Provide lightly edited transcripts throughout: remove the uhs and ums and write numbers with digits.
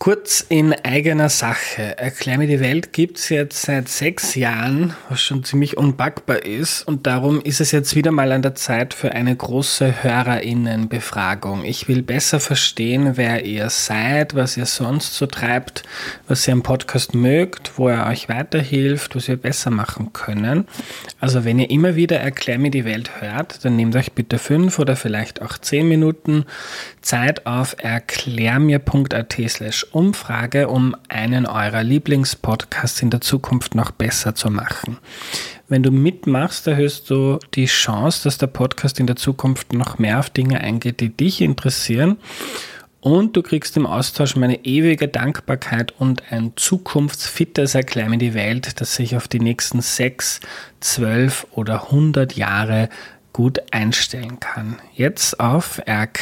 Kurz in eigener Sache. Erklär mir die Welt gibt's jetzt seit 6 Jahren, was schon ziemlich unpackbar ist. Und darum ist es jetzt wieder mal an der Zeit für eine große HörerInnen-Befragung. Ich will besser verstehen, wer ihr seid, was ihr sonst so treibt, was ihr am Podcast mögt, wo er euch weiterhilft, was wir besser machen können. Also wenn ihr immer wieder Erklär mir die Welt hört, dann nehmt euch bitte 5 oder vielleicht auch 10 Minuten Zeit auf erklärmir.at/Umfrage, um einen eurer Lieblingspodcasts in der Zukunft noch besser zu machen. Wenn du mitmachst, erhöhst du die Chance, dass der Podcast in der Zukunft noch mehr auf Dinge eingeht, die dich interessieren. Und du kriegst im Austausch meine ewige Dankbarkeit und ein zukunftsfittes Erklär mir die Welt, das sich auf die nächsten 6, 12 oder 100 Jahre gut einstellen kann. Jetzt auf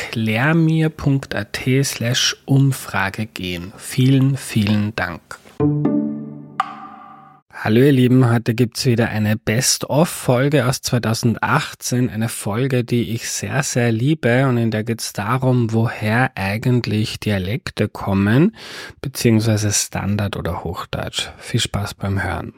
erklärmir.at/Umfrage gehen. Vielen, vielen Dank. Hallo ihr Lieben, heute gibt's wieder eine Best-of-Folge aus 2018, eine Folge, die ich sehr, sehr liebe und in der geht's darum, woher eigentlich Dialekte kommen, beziehungsweise Standard oder Hochdeutsch. Viel Spaß beim Hören.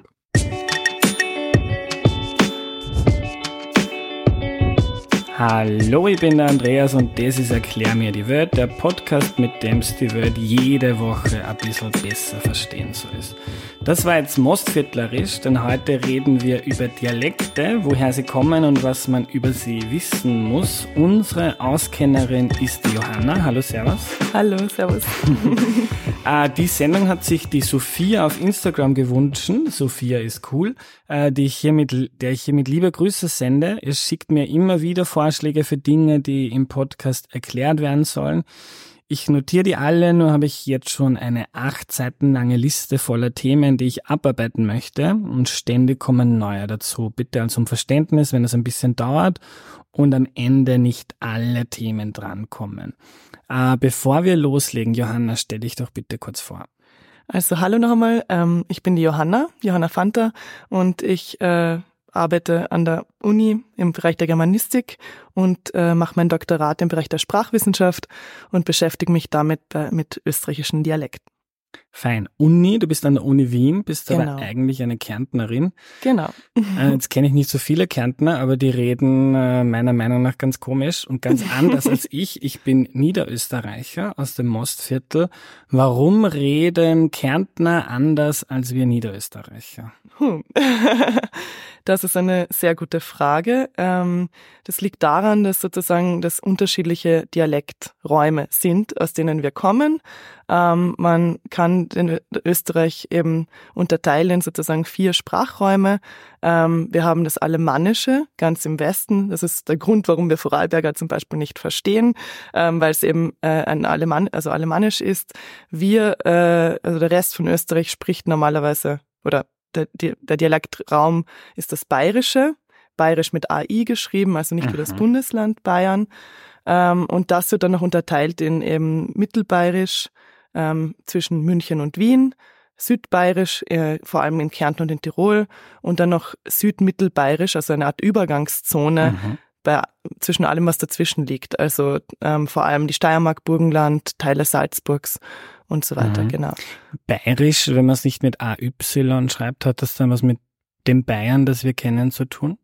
Hallo, ich bin der Andreas und das ist Erklär mir die Welt, der Podcast, mit dem es die Welt jede Woche ein bisschen besser verstehen soll. Das war jetzt Mostviertlerisch, denn heute reden wir über Dialekte, woher sie kommen und was man über sie wissen muss. Unsere Auskennerin ist die Johanna. Hallo, servus. Hallo, servus. Die Sendung hat sich die Sophia auf Instagram gewünscht. Sophia ist cool. Der ich hiermit liebe Grüße sende. Es schickt mir immer wieder Vorschläge für Dinge, die im Podcast erklärt werden sollen. Ich notiere die alle, nur habe ich jetzt schon eine 8 Seiten lange Liste voller Themen, die ich abarbeiten möchte und ständig kommen neue dazu. Bitte also um Verständnis, wenn es ein bisschen dauert und am Ende nicht alle Themen drankommen. Bevor wir loslegen, Johanna, stell dich doch bitte kurz vor. Also hallo noch einmal, ich bin die Johanna Fanta und ich arbeite an der Uni im Bereich der Germanistik und mache mein Doktorat im Bereich der Sprachwissenschaft und beschäftige mich damit mit österreichischen Dialekten. Fein. Uni, du bist an der Uni Wien, bist Genau. aber eigentlich eine Kärntnerin. Genau. Jetzt kenne ich nicht so viele Kärntner, aber die reden meiner Meinung nach ganz komisch und ganz anders als ich. Ich bin Niederösterreicher aus dem Mostviertel. Warum reden Kärntner anders als wir Niederösterreicher? Das ist eine sehr gute Frage. Das liegt daran, dass sozusagen das unterschiedliche Dialekträume sind, aus denen wir kommen. Man kann den Österreich eben unterteilen in sozusagen 4 Sprachräume. Wir haben das Alemannische ganz im Westen. Das ist der Grund, warum wir Vorarlberger zum Beispiel nicht verstehen, weil es eben ein Alemannisch ist. Also der Rest von Österreich spricht normalerweise, oder der Dialektraum ist das Bayerische, Bayerisch mit AI geschrieben, also nicht wie das Bundesland Bayern. Und das wird dann noch unterteilt in eben Mittelbayerisch zwischen München und Wien, Südbayerisch, vor allem in Kärnten und in Tirol, und dann noch Südmittelbayerisch, also eine Art Übergangszone zwischen allem, was dazwischen liegt. Also vor allem die Steiermark, Burgenland, Teile Salzburgs und so weiter, genau. Bayerisch, wenn man es nicht mit AY schreibt, hat das dann was mit dem Bayern, das wir kennen, zu tun?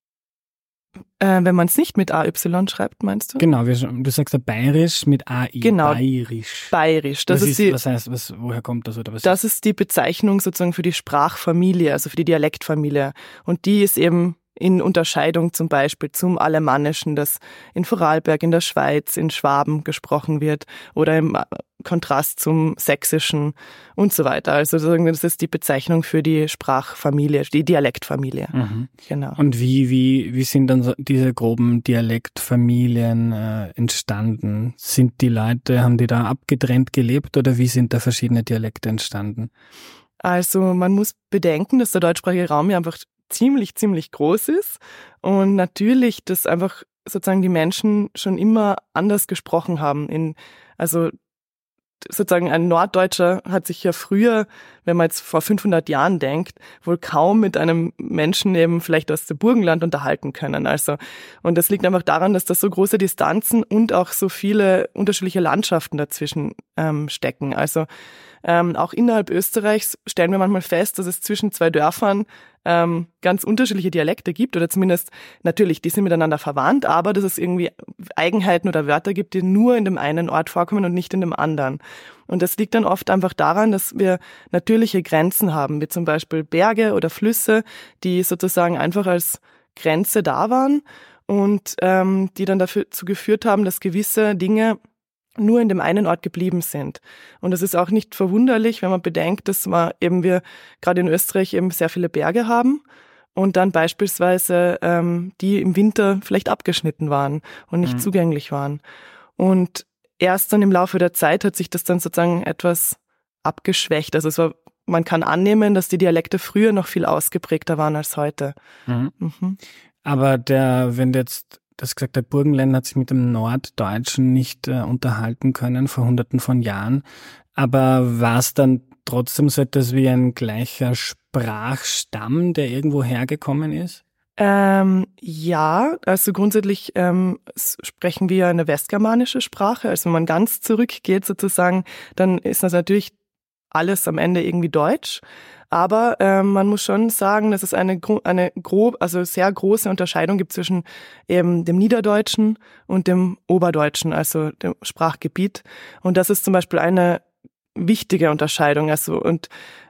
Wenn man es nicht mit AY schreibt, meinst du? Genau, du sagst ja Bayerisch mit AI. Genau. Bayerisch. Bayerisch. Woher kommt das? Oder was? Das ist die Bezeichnung sozusagen für die Sprachfamilie, also für die Dialektfamilie. Und die ist eben in Unterscheidung zum Beispiel zum Alemannischen, das in Vorarlberg, in der Schweiz, in Schwaben gesprochen wird, oder im Kontrast zum Sächsischen und so weiter. Also das ist die Bezeichnung für die Sprachfamilie, die Dialektfamilie. Genau. Und wie sind dann so diese groben Dialektfamilien entstanden? Haben die da abgetrennt gelebt oder wie sind da verschiedene Dialekte entstanden? Also man muss bedenken, dass der deutschsprachige Raum ja einfach ziemlich groß ist und natürlich, dass einfach sozusagen die Menschen schon immer anders gesprochen haben. Also sozusagen ein Norddeutscher hat sich ja früher, wenn man jetzt vor 500 Jahren denkt, wohl kaum mit einem Menschen eben vielleicht aus dem Burgenland unterhalten können. Also, und das liegt einfach daran, dass da so große Distanzen und auch so viele unterschiedliche Landschaften dazwischen stecken. Also auch innerhalb Österreichs stellen wir manchmal fest, dass es zwischen zwei Dörfern ganz unterschiedliche Dialekte gibt oder zumindest natürlich, die sind miteinander verwandt, aber dass es irgendwie Eigenheiten oder Wörter gibt, die nur in dem einen Ort vorkommen und nicht in dem anderen. Und das liegt dann oft einfach daran, dass wir natürliche Grenzen haben, wie zum Beispiel Berge oder Flüsse, die sozusagen einfach als Grenze da waren und die dann dazu geführt haben, dass gewisse Dinge nur in dem einen Ort geblieben sind. Und das ist auch nicht verwunderlich, wenn man bedenkt, dass wir gerade in Österreich eben sehr viele Berge haben und dann beispielsweise die im Winter vielleicht abgeschnitten waren und nicht zugänglich waren. Und erst dann im Laufe der Zeit hat sich das dann sozusagen etwas abgeschwächt. Also man kann annehmen, dass die Dialekte früher noch viel ausgeprägter waren als heute. Aber wenn du jetzt das gesagt, der Burgenländer hat sich mit dem Norddeutschen nicht unterhalten können vor Hunderten von Jahren. Aber war es dann trotzdem so etwas wie ein gleicher Sprachstamm, der irgendwo hergekommen ist? Ja, also grundsätzlich sprechen wir eine westgermanische Sprache. Also wenn man ganz zurückgeht sozusagen, dann ist das natürlich alles am Ende irgendwie Deutsch. Aber man muss schon sagen, dass es eine sehr große Unterscheidung gibt zwischen eben dem Niederdeutschen und dem Oberdeutschen, also dem Sprachgebiet. Und das ist zum Beispiel eine wichtige Unterscheidung, also und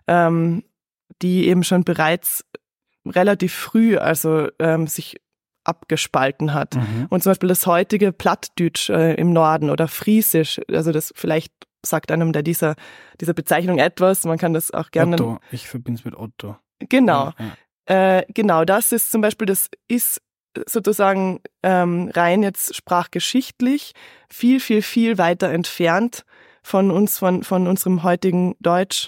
die eben schon bereits relativ früh sich abgespalten hat. Und zum Beispiel das heutige Plattdeutsch im Norden oder Friesisch, also das vielleicht sagt einem dieser Bezeichnung etwas. Man kann das auch gerne... Otto, ich verbinde es mit Otto. Genau. Ja. Genau, das ist zum Beispiel, das ist sozusagen rein jetzt sprachgeschichtlich viel, viel, viel weiter entfernt von uns, von unserem heutigen Deutsch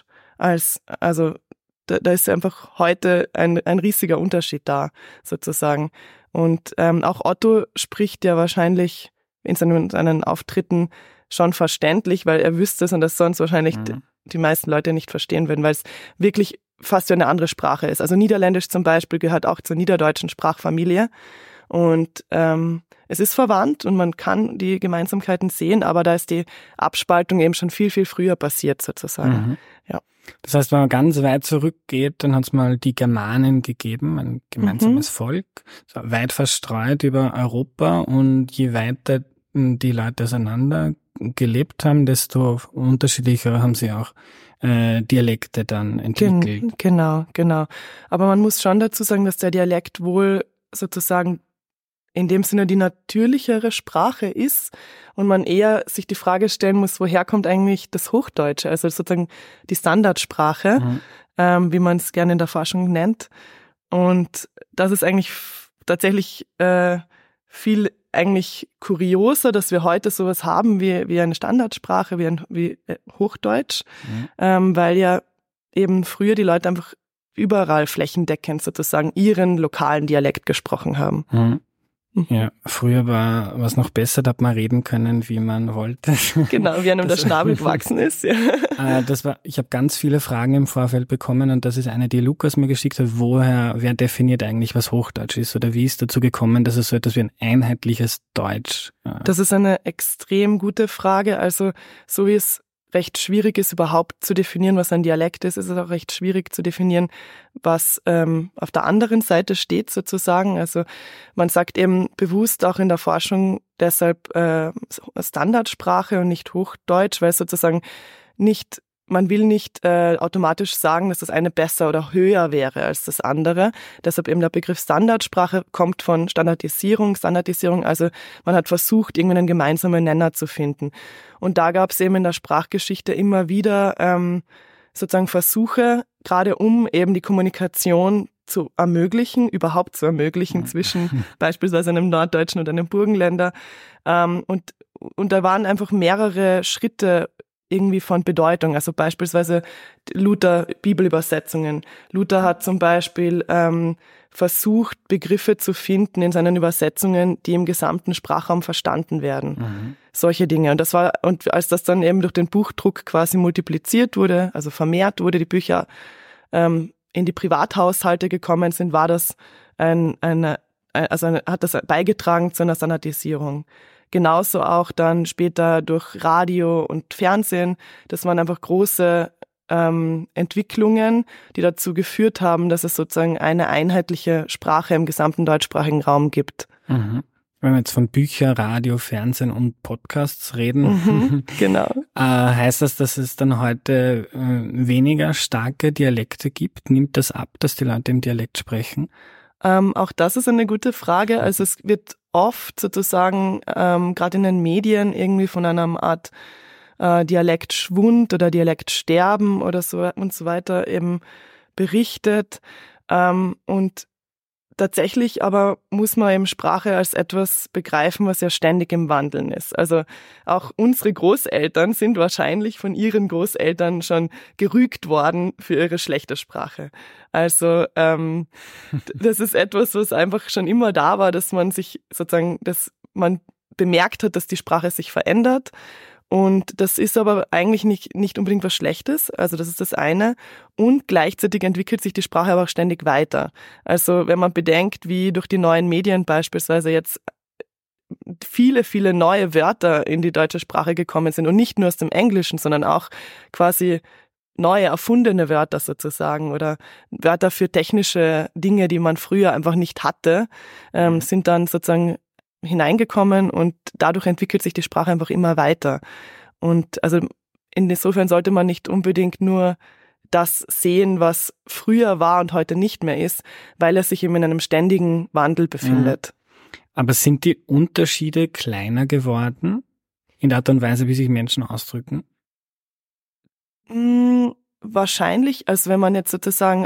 also da ist einfach heute ein riesiger Unterschied da, sozusagen. Und auch Otto spricht ja wahrscheinlich in seinen Auftritten schon verständlich, weil er wüsste es und das sonst wahrscheinlich die meisten Leute nicht verstehen würden, weil es wirklich fast wie eine andere Sprache ist. Also Niederländisch zum Beispiel gehört auch zur niederdeutschen Sprachfamilie und es ist verwandt und man kann die Gemeinsamkeiten sehen, aber da ist die Abspaltung eben schon viel, viel früher passiert sozusagen. Ja. Das heißt, wenn man ganz weit zurückgeht, dann hat es mal die Germanen gegeben, ein gemeinsames Volk, so weit verstreut über Europa und je weiter die Leute auseinander gelebt haben, desto unterschiedlicher haben sie auch Dialekte dann entwickelt. Genau. Aber man muss schon dazu sagen, dass der Dialekt wohl sozusagen in dem Sinne die natürlichere Sprache ist und man eher sich die Frage stellen muss, woher kommt eigentlich das Hochdeutsche, also sozusagen die Standardsprache, wie man es gerne in der Forschung nennt. Und das ist eigentlich tatsächlich viel eigentlich kurioser, dass wir heute sowas haben wie eine Standardsprache, wie Hochdeutsch, weil ja eben früher die Leute einfach überall flächendeckend sozusagen ihren lokalen Dialekt gesprochen haben. Ja, früher war es noch besser, da hat man reden können, wie man wollte. Genau, wie einem der Schnabel gewachsen ist. Ja. Ich habe ganz viele Fragen im Vorfeld bekommen und das ist eine, die Lukas mir geschickt hat. Wer definiert eigentlich, was Hochdeutsch ist oder wie ist dazu gekommen, dass es so etwas wie ein einheitliches Deutsch? Das ist eine extrem gute Frage. Also so wie es recht schwierig ist, überhaupt zu definieren, was ein Dialekt ist, ist es auch recht schwierig zu definieren, was auf der anderen Seite steht sozusagen. Also man sagt eben bewusst auch in der Forschung deshalb Standardsprache und nicht Hochdeutsch, weil es sozusagen man will nicht automatisch sagen, dass das eine besser oder höher wäre als das andere. Deshalb eben der Begriff Standardsprache kommt von Standardisierung, also man hat versucht, irgendwie einen gemeinsamen Nenner zu finden. Und da gab es eben in der Sprachgeschichte immer wieder sozusagen Versuche, gerade um eben die Kommunikation überhaupt zu ermöglichen zwischen beispielsweise einem Norddeutschen und einem Burgenländer. Und da waren einfach mehrere Schritte irgendwie von Bedeutung. Also beispielsweise Luther Bibelübersetzungen. Luther hat zum Beispiel versucht, Begriffe zu finden in seinen Übersetzungen, die im gesamten Sprachraum verstanden werden. Mhm. Solche Dinge. Und als das dann eben durch den Buchdruck quasi multipliziert wurde, also vermehrt wurde, die Bücher in die Privathaushalte gekommen sind, war das hat das beigetragen zu einer Standardisierung. Genauso auch dann später durch Radio und Fernsehen. Das waren einfach große Entwicklungen, die dazu geführt haben, dass es sozusagen eine einheitliche Sprache im gesamten deutschsprachigen Raum gibt. Mhm. Wenn wir jetzt von Bücher, Radio, Fernsehen und Podcasts reden, genau. Heißt das, dass es dann heute weniger starke Dialekte gibt? Nimmt das ab, dass die Leute im Dialekt sprechen? Auch das ist eine gute Frage. Also es wird oft sozusagen gerade in den Medien irgendwie von einer Art Dialektschwund oder Dialektsterben oder so und so weiter eben berichtet. Und tatsächlich aber muss man eben Sprache als etwas begreifen, was ja ständig im Wandeln ist. Also auch unsere Großeltern sind wahrscheinlich von ihren Großeltern schon gerügt worden für ihre schlechte Sprache. Also das ist etwas, was einfach schon immer da war, dass man sich sozusagen, dass man bemerkt hat, dass die Sprache sich verändert. Und das ist aber eigentlich nicht unbedingt was Schlechtes, also das ist das eine. Und gleichzeitig entwickelt sich die Sprache aber auch ständig weiter. Also wenn man bedenkt, wie durch die neuen Medien beispielsweise jetzt viele, viele neue Wörter in die deutsche Sprache gekommen sind und nicht nur aus dem Englischen, sondern auch quasi neue erfundene Wörter sozusagen oder Wörter für technische Dinge, die man früher einfach nicht hatte, sind dann sozusagen hineingekommen und dadurch entwickelt sich die Sprache einfach immer weiter. Und also insofern sollte man nicht unbedingt nur das sehen, was früher war und heute nicht mehr ist, weil er sich eben in einem ständigen Wandel befindet. Aber sind die Unterschiede kleiner geworden in der Art und Weise, wie sich Menschen ausdrücken? Wahrscheinlich, also wenn man jetzt sozusagen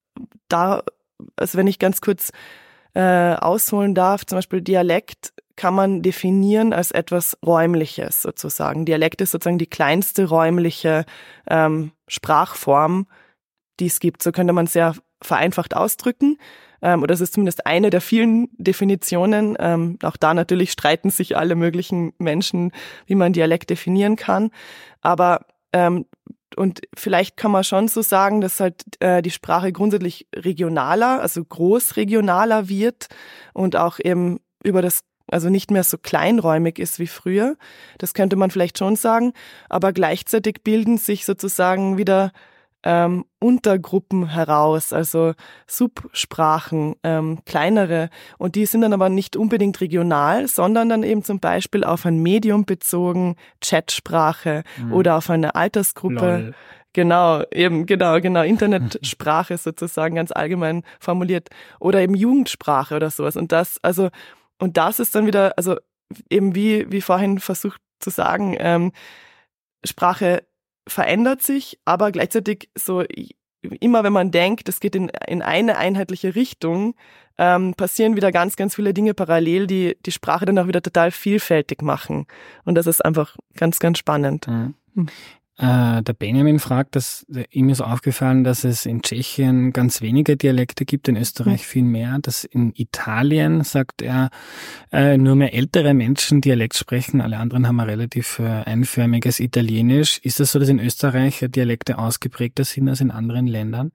also wenn ich ganz kurz ausholen darf, zum Beispiel Dialekt kann man definieren als etwas Räumliches sozusagen. Dialekt ist sozusagen die kleinste räumliche Sprachform, die es gibt. So könnte man es sehr vereinfacht ausdrücken. Oder das ist zumindest eine der vielen Definitionen. Auch da natürlich streiten sich alle möglichen Menschen, wie man Dialekt definieren kann. Aber und vielleicht kann man schon so sagen, dass halt die Sprache grundsätzlich regionaler, also großregionaler wird und auch eben also nicht mehr so kleinräumig ist wie früher. Das könnte man vielleicht schon sagen. Aber gleichzeitig bilden sich sozusagen wieder Untergruppen heraus, also Subsprachen, kleinere. Und die sind dann aber nicht unbedingt regional, sondern dann eben zum Beispiel auf ein Medium bezogen, Chatsprache oder auf eine Altersgruppe. Lol. Genau, Internetsprache sozusagen ganz allgemein formuliert. Oder eben Jugendsprache oder sowas. Und das ist dann wieder, also eben wie vorhin versucht zu sagen, Sprache verändert sich, aber gleichzeitig so immer wenn man denkt, es geht in eine einheitliche Richtung, passieren wieder ganz, ganz viele Dinge parallel, die die Sprache dann auch wieder total vielfältig machen. Und das ist einfach ganz, ganz spannend. Mhm. Der Benjamin fragt, ihm ist aufgefallen, dass es in Tschechien ganz wenige Dialekte gibt, in Österreich viel mehr. Dass in Italien, sagt er, nur mehr ältere Menschen Dialekt sprechen, alle anderen haben ein relativ einförmiges Italienisch. Ist das so, dass in Österreich Dialekte ausgeprägter sind als in anderen Ländern?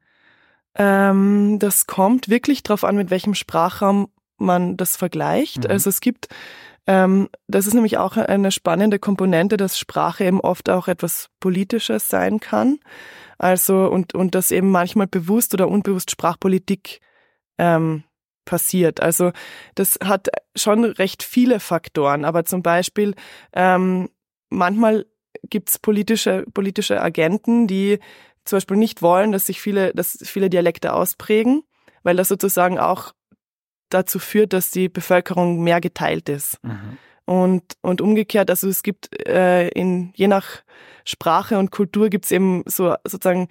Das kommt wirklich drauf an, mit welchem Sprachraum man das vergleicht. Also es gibt das ist nämlich auch eine spannende Komponente, dass Sprache eben oft auch etwas Politisches sein kann. Also, und dass eben manchmal bewusst oder unbewusst Sprachpolitik passiert. Also, das hat schon recht viele Faktoren, aber zum Beispiel, manchmal gibt's politische Agenten, die zum Beispiel nicht wollen, dass viele Dialekte ausprägen, weil das sozusagen auch dazu führt, dass die Bevölkerung mehr geteilt ist. Mhm. Und umgekehrt, also es gibt je nach Sprache und Kultur gibt's eben so sozusagen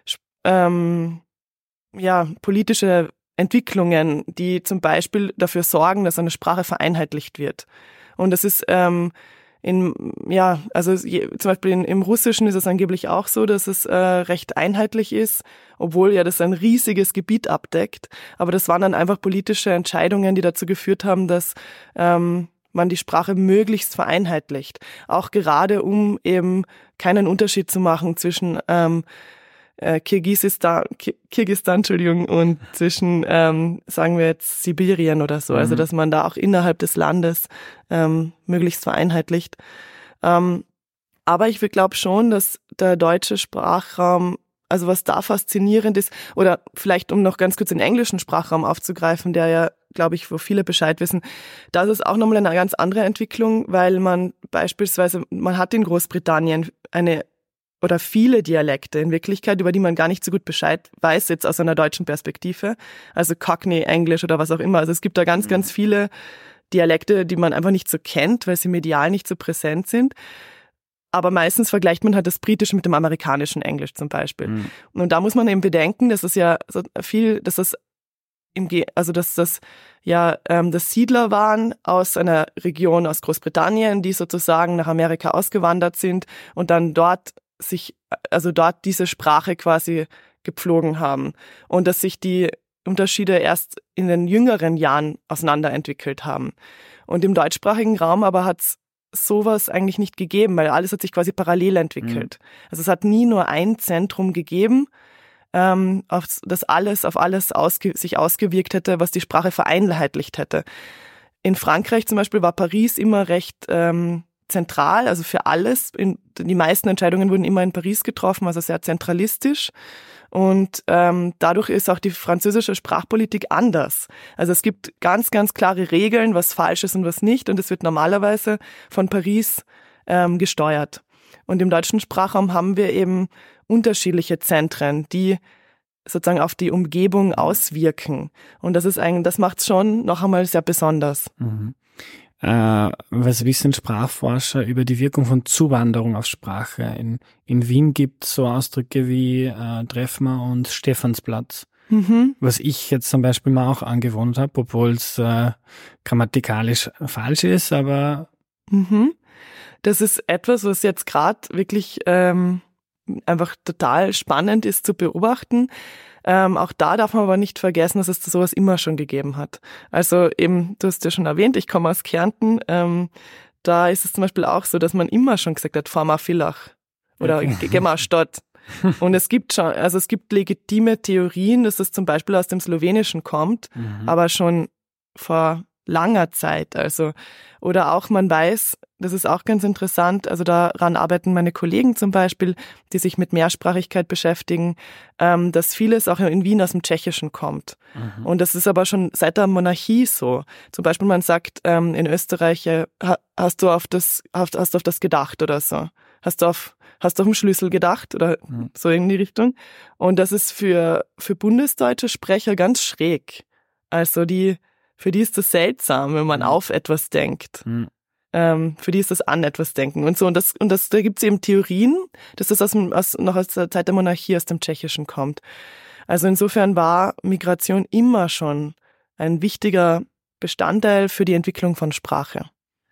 politische Entwicklungen, die zum Beispiel dafür sorgen, dass eine Sprache vereinheitlicht wird. Und das ist in zum Beispiel im Russischen ist es angeblich auch so, dass es recht einheitlich ist, obwohl ja das ein riesiges Gebiet abdeckt. Aber das waren dann einfach politische Entscheidungen, die dazu geführt haben, dass man die Sprache möglichst vereinheitlicht. Auch gerade, um eben keinen Unterschied zu machen zwischen Kirgisistan, und zwischen, sagen wir jetzt, Sibirien oder so. Also, dass man da auch innerhalb des Landes möglichst vereinheitlicht. Aber ich glaube schon, dass der deutsche Sprachraum, also was da faszinierend ist, oder vielleicht um noch ganz kurz den englischen Sprachraum aufzugreifen, der ja, glaube ich, wo viele Bescheid wissen, da ist es auch nochmal eine ganz andere Entwicklung, weil man hat in Großbritannien viele Dialekte in Wirklichkeit, über die man gar nicht so gut Bescheid weiß, jetzt aus einer deutschen Perspektive. Also Cockney, Englisch oder was auch immer. Also es gibt da ganz, ganz viele Dialekte, die man einfach nicht so kennt, weil sie medial nicht so präsent sind. Aber meistens vergleicht man halt das Britische mit dem amerikanischen Englisch zum Beispiel. Und da muss man eben bedenken, dass es ja so viel, dass das Siedler waren aus einer Region aus Großbritannien, die sozusagen nach Amerika ausgewandert sind und dann dort diese Sprache quasi gepflogen haben. Und dass sich die Unterschiede erst in den jüngeren Jahren auseinanderentwickelt haben. Und im deutschsprachigen Raum aber hat es sowas eigentlich nicht gegeben, weil alles hat sich quasi parallel entwickelt. Also es hat nie nur ein Zentrum gegeben, das alles auf alles sich ausgewirkt hätte, was die Sprache vereinheitlicht hätte. In Frankreich zum Beispiel war Paris immer recht zentral, also für alles. Die meisten Entscheidungen wurden immer in Paris getroffen, also sehr zentralistisch. Und dadurch ist auch die französische Sprachpolitik anders. Also es gibt ganz, ganz klare Regeln, was falsch ist und was nicht. Und es wird normalerweise von Paris gesteuert. Und im deutschen Sprachraum haben wir eben unterschiedliche Zentren, die sozusagen auf die Umgebung auswirken. Und das macht es schon noch einmal sehr besonders. Was wissen Sprachforscher über die Wirkung von Zuwanderung auf Sprache? In Wien gibt es so Ausdrücke wie Treffmer und Stephansplatz. Was ich jetzt zum Beispiel mal auch angewohnt habe, obwohl es grammatikalisch falsch ist, aber... Das ist etwas, was jetzt gerade wirklich einfach total spannend ist zu beobachten. Auch da darf man aber nicht vergessen, dass es sowas immer schon gegeben hat. Also eben, du hast ja schon erwähnt, ich komme aus Kärnten. Da ist es zum Beispiel auch so, dass man immer schon gesagt hat, fahr mal Villach oder geh mal Stadt. Und es gibt legitime Theorien, dass das zum Beispiel aus dem Slowenischen kommt, aber schon vor langer Zeit. Also, oder auch man weiß, das ist auch ganz interessant, also daran arbeiten meine Kollegen zum Beispiel, die sich mit Mehrsprachigkeit beschäftigen, dass vieles auch in Wien aus dem Tschechischen kommt. Und das ist aber schon seit der Monarchie so. Zum Beispiel man sagt in Österreich, hast du auf das gedacht oder so? Hast du auf den Schlüssel gedacht oder so in die Richtung? Und das ist für bundesdeutsche Sprecher ganz schräg. Also für die ist das seltsam, wenn man auf etwas denkt. Für die ist das an etwas denken und so. Da gibt es eben Theorien, dass das noch aus der Zeit der Monarchie aus dem Tschechischen kommt. Also insofern war Migration immer schon ein wichtiger Bestandteil für die Entwicklung von Sprache.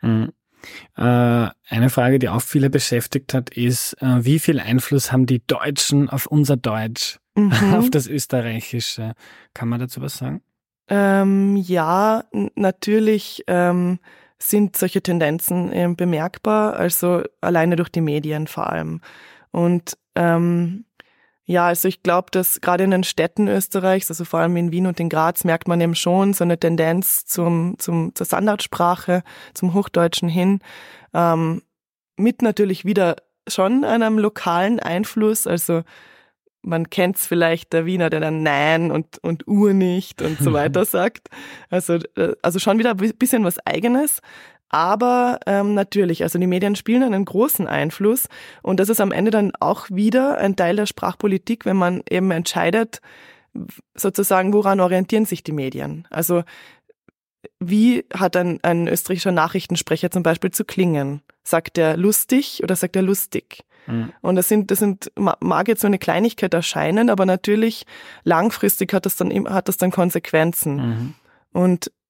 Eine Frage, die auch viele beschäftigt hat, ist, wie viel Einfluss haben die Deutschen auf unser Deutsch, auf das Österreichische? Kann man dazu was sagen? Ja, natürlich sind solche Tendenzen bemerkbar, also alleine durch die Medien vor allem. Und also ich glaube, dass gerade in den Städten Österreichs, also vor allem in Wien und in Graz, merkt man eben schon so eine Tendenz zur Standardsprache, zum Hochdeutschen hin, mit natürlich wieder schon einem lokalen Einfluss, also man kennt's vielleicht, der Wiener, der dann Nein und Uhr nicht und so weiter sagt. Also schon wieder ein bisschen was Eigenes. Aber natürlich, also die Medien spielen einen großen Einfluss. Und das ist am Ende dann auch wieder ein Teil der Sprachpolitik, wenn man eben entscheidet, sozusagen, woran orientieren sich die Medien? Also wie hat ein österreichischer Nachrichtensprecher zum Beispiel zu klingen? Sagt er lustig oder sagt er lustig? Und das mag jetzt so eine Kleinigkeit erscheinen, aber natürlich langfristig hat das dann Konsequenzen. Und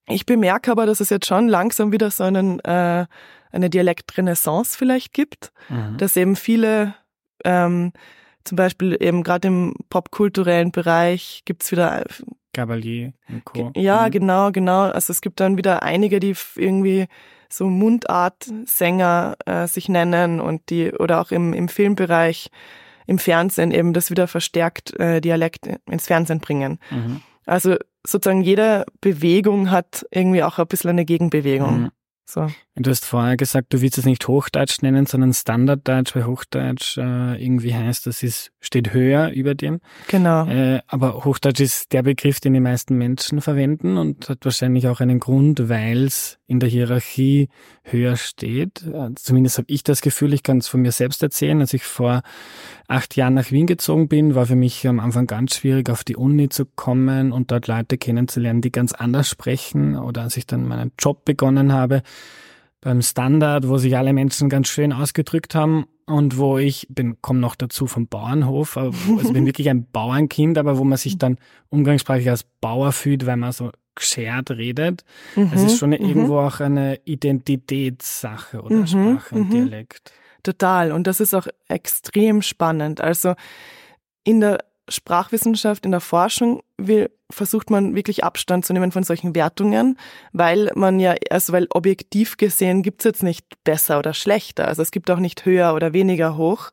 Ich bemerke aber, dass es jetzt schon langsam wieder so eine Dialektrenaissance vielleicht gibt, dass eben viele, zum Beispiel eben gerade im popkulturellen Bereich gibt's wieder Gabalier und Co. Ja, genau. Also es gibt dann wieder einige, die irgendwie so Mundart-Sänger sich nennen und die oder auch im Filmbereich, im Fernsehen eben das wieder verstärkt Dialekt ins Fernsehen bringen. Also sozusagen jede Bewegung hat irgendwie auch ein bisschen eine Gegenbewegung. So. Du hast vorher gesagt, du willst es nicht Hochdeutsch nennen, sondern Standarddeutsch, weil Hochdeutsch irgendwie heißt, steht höher über dem. Genau. Aber Hochdeutsch ist der Begriff, den die meisten Menschen verwenden und hat wahrscheinlich auch einen Grund, weil es in der Hierarchie höher steht. Zumindest habe ich das Gefühl, ich kann es von mir selbst erzählen. Als ich vor 8 Jahren nach Wien gezogen bin, war für mich am Anfang ganz schwierig, auf die Uni zu kommen und dort Leute kennenzulernen, die ganz anders sprechen. Oder als ich dann meinen Job begonnen habe, beim Standard, wo sich alle Menschen ganz schön ausgedrückt haben und wo komme noch dazu vom Bauernhof, also bin wirklich ein Bauernkind, aber wo man sich dann umgangssprachlich als Bauer fühlt, weil man so geschert redet. Es ist schon irgendwo auch eine Identitätssache oder Sprache und Dialekt. Total. Und das ist auch extrem spannend. Also in der Sprachwissenschaft, in der Forschung versucht man wirklich Abstand zu nehmen von solchen Wertungen, weil weil objektiv gesehen gibt's jetzt nicht besser oder schlechter. Also es gibt auch nicht höher oder weniger hoch.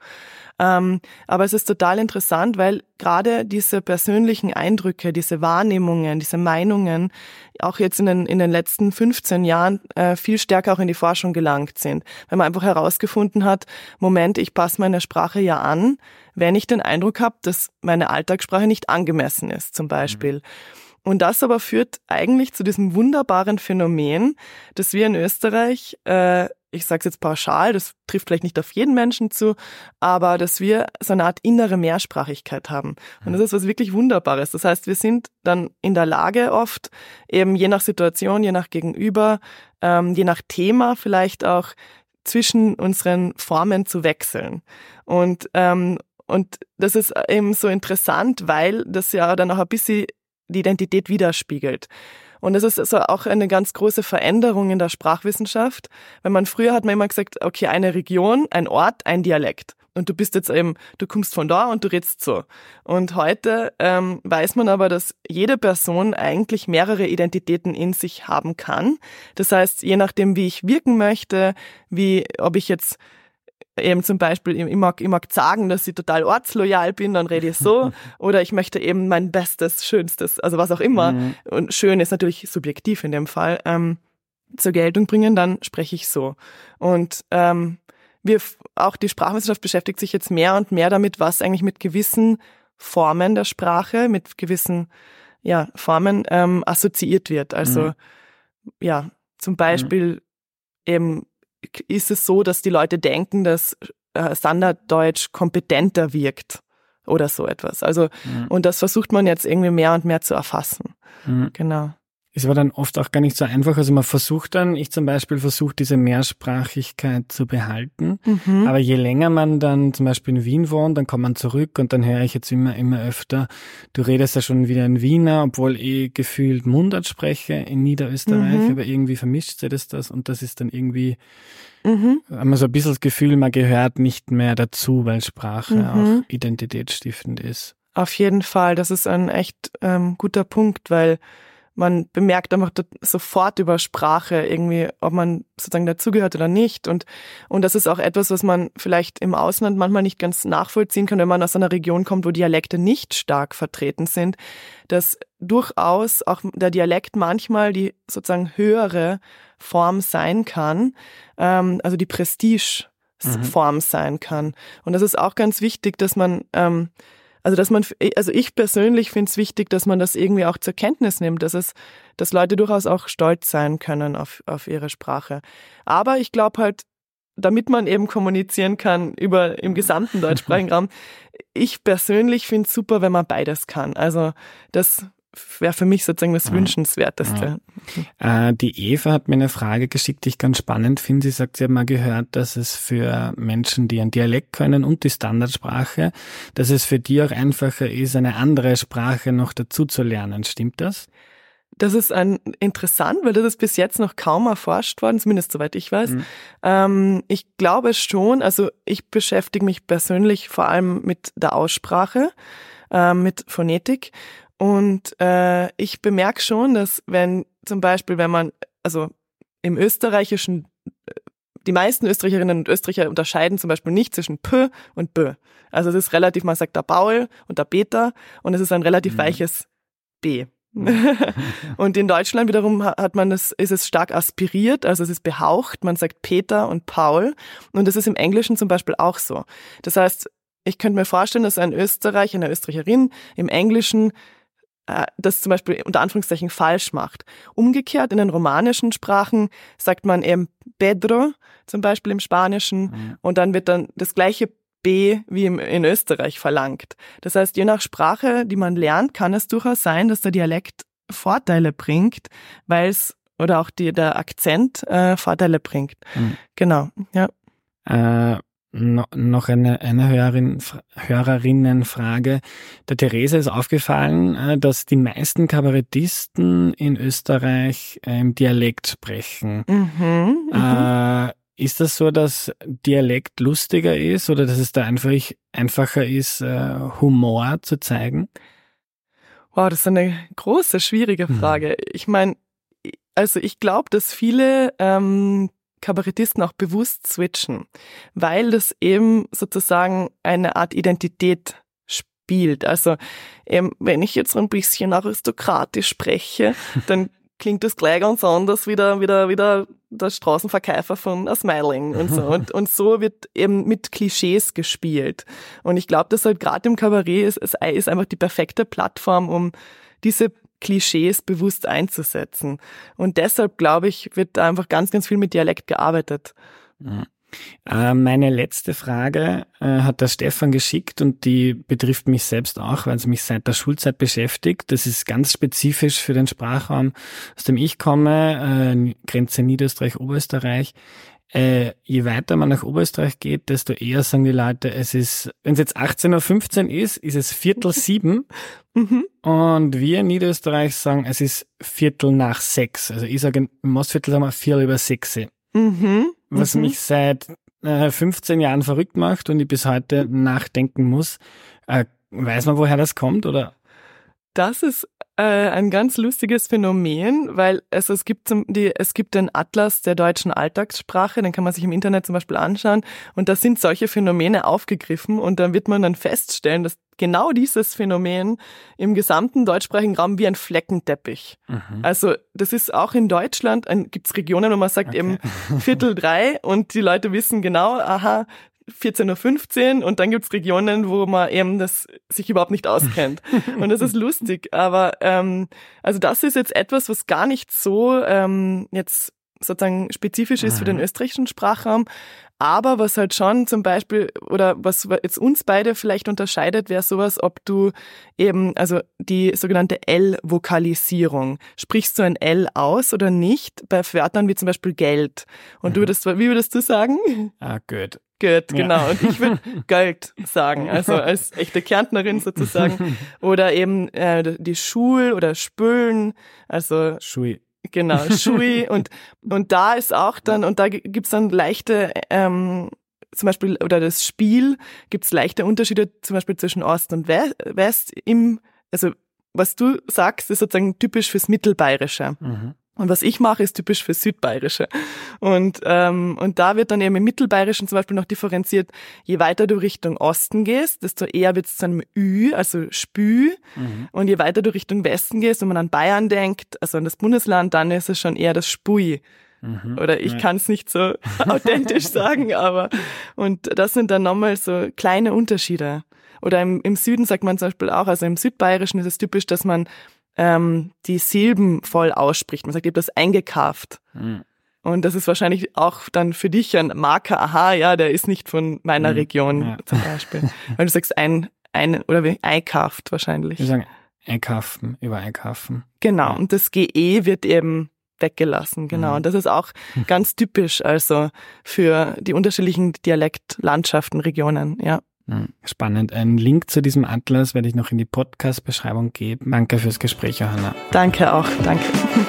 Aber es ist total interessant, weil gerade diese persönlichen Eindrücke, diese Wahrnehmungen, diese Meinungen auch jetzt in den letzten 15 Jahren viel stärker auch in die Forschung gelangt sind. Weil man einfach herausgefunden hat, Moment, ich passe meine Sprache ja an, wenn ich den Eindruck habe, dass meine Alltagssprache nicht angemessen ist, zum Beispiel. Und das aber führt eigentlich zu diesem wunderbaren Phänomen, dass wir in Österreich, ich sage es jetzt pauschal, das trifft vielleicht nicht auf jeden Menschen zu, aber dass wir so eine Art innere Mehrsprachigkeit haben. Und das ist was wirklich Wunderbares. Das heißt, wir sind dann in der Lage oft, eben je nach Situation, je nach Gegenüber, je nach Thema vielleicht auch zwischen unseren Formen zu wechseln. Und das ist eben so interessant, weil das ja dann auch ein bisschen die Identität widerspiegelt. Und das ist also auch eine ganz große Veränderung in der Sprachwissenschaft, weil früher hat man immer gesagt, okay, eine Region, ein Ort, ein Dialekt. Und du bist jetzt eben, du kommst von da und du redest so. Und heute weiß man aber, dass jede Person eigentlich mehrere Identitäten in sich haben kann. Das heißt, je nachdem, wie ich wirken möchte, ob ich jetzt eben zum Beispiel, ich mag sagen, dass ich total ortsloyal bin, dann rede ich so. Oder ich möchte eben mein Bestes, Schönstes, also was auch immer. Und schön ist natürlich subjektiv in dem Fall, zur Geltung bringen, dann spreche ich so. Und auch die Sprachwissenschaft beschäftigt sich jetzt mehr und mehr damit, was eigentlich mit gewissen Formen der Sprache, mit gewissen Formen assoziiert wird. Also zum Beispiel eben ist es so, dass die Leute denken, dass Standarddeutsch kompetenter wirkt oder so etwas. Also und das versucht man jetzt irgendwie mehr und mehr zu erfassen. Genau. Es war dann oft auch gar nicht so einfach. Also ich zum Beispiel versuche diese Mehrsprachigkeit zu behalten. Aber je länger man dann zum Beispiel in Wien wohnt, dann kommt man zurück und dann höre ich jetzt immer öfter, du redest ja schon wieder in Wiener, obwohl gefühlt Mundart spreche in Niederösterreich, aber irgendwie vermischt sich das und das ist dann irgendwie, haben wir so ein bisschen das Gefühl, man gehört nicht mehr dazu, weil Sprache auch identitätsstiftend ist. Auf jeden Fall, das ist ein echt guter Punkt, weil man bemerkt einfach sofort über Sprache irgendwie, ob man sozusagen dazugehört oder nicht. Und das ist auch etwas, was man vielleicht im Ausland manchmal nicht ganz nachvollziehen kann, wenn man aus einer Region kommt, wo Dialekte nicht stark vertreten sind, dass durchaus auch der Dialekt manchmal die sozusagen höhere Form sein kann, also die Prestigeform sein kann. Und das ist auch ganz wichtig, dass man also ich persönlich finde es wichtig, dass man das irgendwie auch zur Kenntnis nimmt, dass Leute durchaus auch stolz sein können auf ihre Sprache. Aber ich glaube halt, damit man eben kommunizieren kann im gesamten deutschsprachigen Raum, ich persönlich finde es super, wenn man beides kann. Also das wäre für mich sozusagen das Wünschenswerteste. Die Eva hat mir eine Frage geschickt, die ich ganz spannend finde. Sie sagt, sie hat mal gehört, dass es für Menschen, die einen Dialekt können und die Standardsprache, dass es für die auch einfacher ist, eine andere Sprache noch dazu zu lernen. Stimmt das? Das ist interessant, weil das ist bis jetzt noch kaum erforscht worden, zumindest soweit ich weiß. Ich glaube schon, also ich beschäftige mich persönlich vor allem mit der Aussprache, mit Phonetik. Und ich bemerke schon, dass wenn man, also im Österreichischen, die meisten Österreicherinnen und Österreicher unterscheiden zum Beispiel nicht zwischen P und B. Also es ist relativ, man sagt der Paul und der Peter und es ist ein relativ weiches B. Und in Deutschland wiederum ist es stark aspiriert, also es ist behaucht, man sagt Peter und Paul und das ist im Englischen zum Beispiel auch so. Das heißt, ich könnte mir vorstellen, dass ein Österreicher, eine Österreicherin im Englischen das zum Beispiel unter Anführungszeichen falsch macht. Umgekehrt in den romanischen Sprachen sagt man eben Pedro, zum Beispiel im Spanischen, und dann wird dann das gleiche B wie in Österreich verlangt. Das heißt, je nach Sprache, die man lernt, kann es durchaus sein, dass der Dialekt Vorteile bringt, oder auch der Akzent Vorteile bringt. Genau, ja. Noch eine Hörerinnenfrage. Der Therese ist aufgefallen, dass die meisten Kabarettisten in Österreich im Dialekt sprechen. Ist das so, dass Dialekt lustiger ist oder dass es da einfacher ist, Humor zu zeigen? Wow, das ist eine große, schwierige Frage. Ich meine, also ich glaube, dass viele Kabarettisten auch bewusst switchen, weil das eben sozusagen eine Art Identität spielt. Also wenn ich jetzt ein bisschen aristokratisch spreche, dann klingt das gleich ganz anders wie der Straßenverkäufer von A Smiling und so. Und so wird eben mit Klischees gespielt. Und ich glaube, dass halt gerade im Kabarett ist einfach die perfekte Plattform, um diese Klischees bewusst einzusetzen. Und deshalb, glaube ich, wird da einfach ganz, ganz viel mit Dialekt gearbeitet. Meine letzte Frage hat der Stefan geschickt und die betrifft mich selbst auch, weil es mich seit der Schulzeit beschäftigt. Das ist ganz spezifisch für den Sprachraum, aus dem ich komme, Grenze Niederösterreich, Oberösterreich. Je weiter man nach Oberösterreich geht, desto eher sagen die Leute, wenn es jetzt 18:15 Uhr ist es 6:45. Und wir in Niederösterreich sagen, es ist 6:45. Also ich sage, im Mostviertel sagen wir 6:45. Was mich seit 15 Jahren verrückt macht und ich bis heute nachdenken muss. Weiß man, woher das kommt, oder? Das ist ein ganz lustiges Phänomen, weil es gibt den Atlas der deutschen Alltagssprache, den kann man sich im Internet zum Beispiel anschauen und da sind solche Phänomene aufgegriffen und da wird man dann feststellen, dass genau dieses Phänomen im gesamten deutschsprachigen Raum wie ein Fleckenteppich. Also das ist auch in Deutschland, gibt's Regionen, wo man sagt eben 2:45 und die Leute wissen genau, aha, 14:15 Uhr und dann gibt's Regionen, wo man eben das sich überhaupt nicht auskennt. Und das ist lustig. Aber also das ist jetzt etwas, was gar nicht so jetzt sozusagen spezifisch ist für den österreichischen Sprachraum. Aber was halt schon zum Beispiel, oder was jetzt uns beide vielleicht unterscheidet, wäre sowas, ob du eben, also die sogenannte L-Vokalisierung, sprichst du ein L aus oder nicht bei Wörtern wie zum Beispiel Geld? Und wie würdest du sagen? Gut. Gut, genau. Und ich würde Geld sagen, also als echte Kärntnerin sozusagen. Oder eben die Schul oder Spülen, also Schui. Genau, Schui. Und da ist auch dann, und da gibt's dann leichte, zum Beispiel, oder das Spiel, gibt's leichte Unterschiede, zum Beispiel zwischen Ost und West also was du sagst, ist sozusagen typisch fürs Mittelbayerische. Und was ich mache, ist typisch für Südbayerische. Und da wird dann eben im Mittelbayerischen zum Beispiel noch differenziert, je weiter du Richtung Osten gehst, desto eher wird es zu einem Ü, also Spü. Und je weiter du Richtung Westen gehst, wenn man an Bayern denkt, also an das Bundesland, dann ist es schon eher das Spui. Oder ich kann es nicht so authentisch sagen, aber und das sind dann nochmal so kleine Unterschiede. Oder im Süden sagt man zum Beispiel auch, also im Südbayerischen ist es typisch, dass man die Silben voll ausspricht. Man sagt, ich habe das eingekarft. Und das ist wahrscheinlich auch dann für dich ein Marker, aha, ja, der ist nicht von meiner Region zum Beispiel. Weil du sagst oder wie einkarft wahrscheinlich. Wir sagen einkaufen, über einkaufen. Genau, und das GE wird eben weggelassen, genau. Und das ist auch ganz typisch, also für die unterschiedlichen Dialektlandschaften, Regionen, ja. Spannend. Einen Link zu diesem Atlas werde ich noch in die Podcast-Beschreibung geben. Danke fürs Gespräch, Johanna. Danke auch, danke.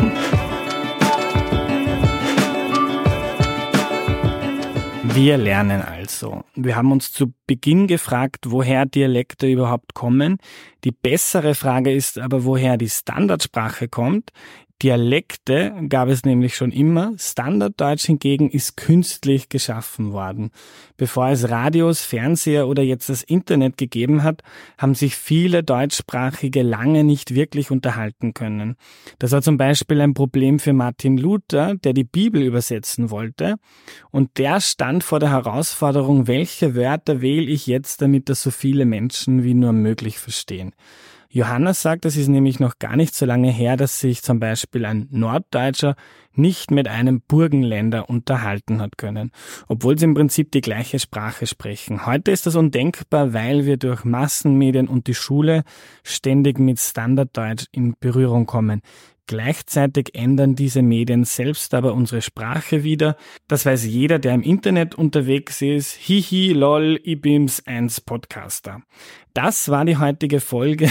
Wir lernen also. Wir haben uns zu Beginn gefragt, woher Dialekte überhaupt kommen. Die bessere Frage ist aber, woher die Standardsprache kommt. Dialekte gab es nämlich schon immer, Standarddeutsch hingegen ist künstlich geschaffen worden. Bevor es Radios, Fernseher oder jetzt das Internet gegeben hat, haben sich viele Deutschsprachige lange nicht wirklich unterhalten können. Das war zum Beispiel ein Problem für Martin Luther, der die Bibel übersetzen wollte. Und der stand vor der Herausforderung, welche Wörter wähle ich jetzt, damit das so viele Menschen wie nur möglich verstehen. Johanna sagt, es ist nämlich noch gar nicht so lange her, dass sich zum Beispiel ein Norddeutscher nicht mit einem Burgenländer unterhalten hat können, obwohl sie im Prinzip die gleiche Sprache sprechen. Heute ist das undenkbar, weil wir durch Massenmedien und die Schule ständig mit Standarddeutsch in Berührung kommen. Gleichzeitig ändern diese Medien selbst aber unsere Sprache wieder. Das weiß jeder, der im Internet unterwegs ist. Hihi, lol, ich bin's, eins Podcaster. Das war die heutige Folge.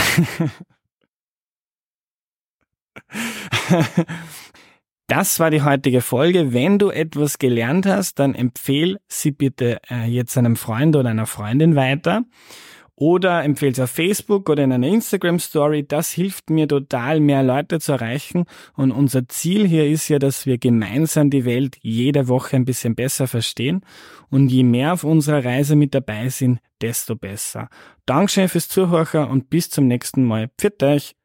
Das war die heutige Folge. Wenn du etwas gelernt hast, dann empfehle sie bitte jetzt einem Freund oder einer Freundin weiter. Oder empfehle es auf Facebook oder in einer Instagram-Story. Das hilft mir total, mehr Leute zu erreichen. Und unser Ziel hier ist ja, dass wir gemeinsam die Welt jede Woche ein bisschen besser verstehen. Und je mehr auf unserer Reise mit dabei sind, desto besser. Dankeschön fürs Zuhören und bis zum nächsten Mal. Pfiat euch!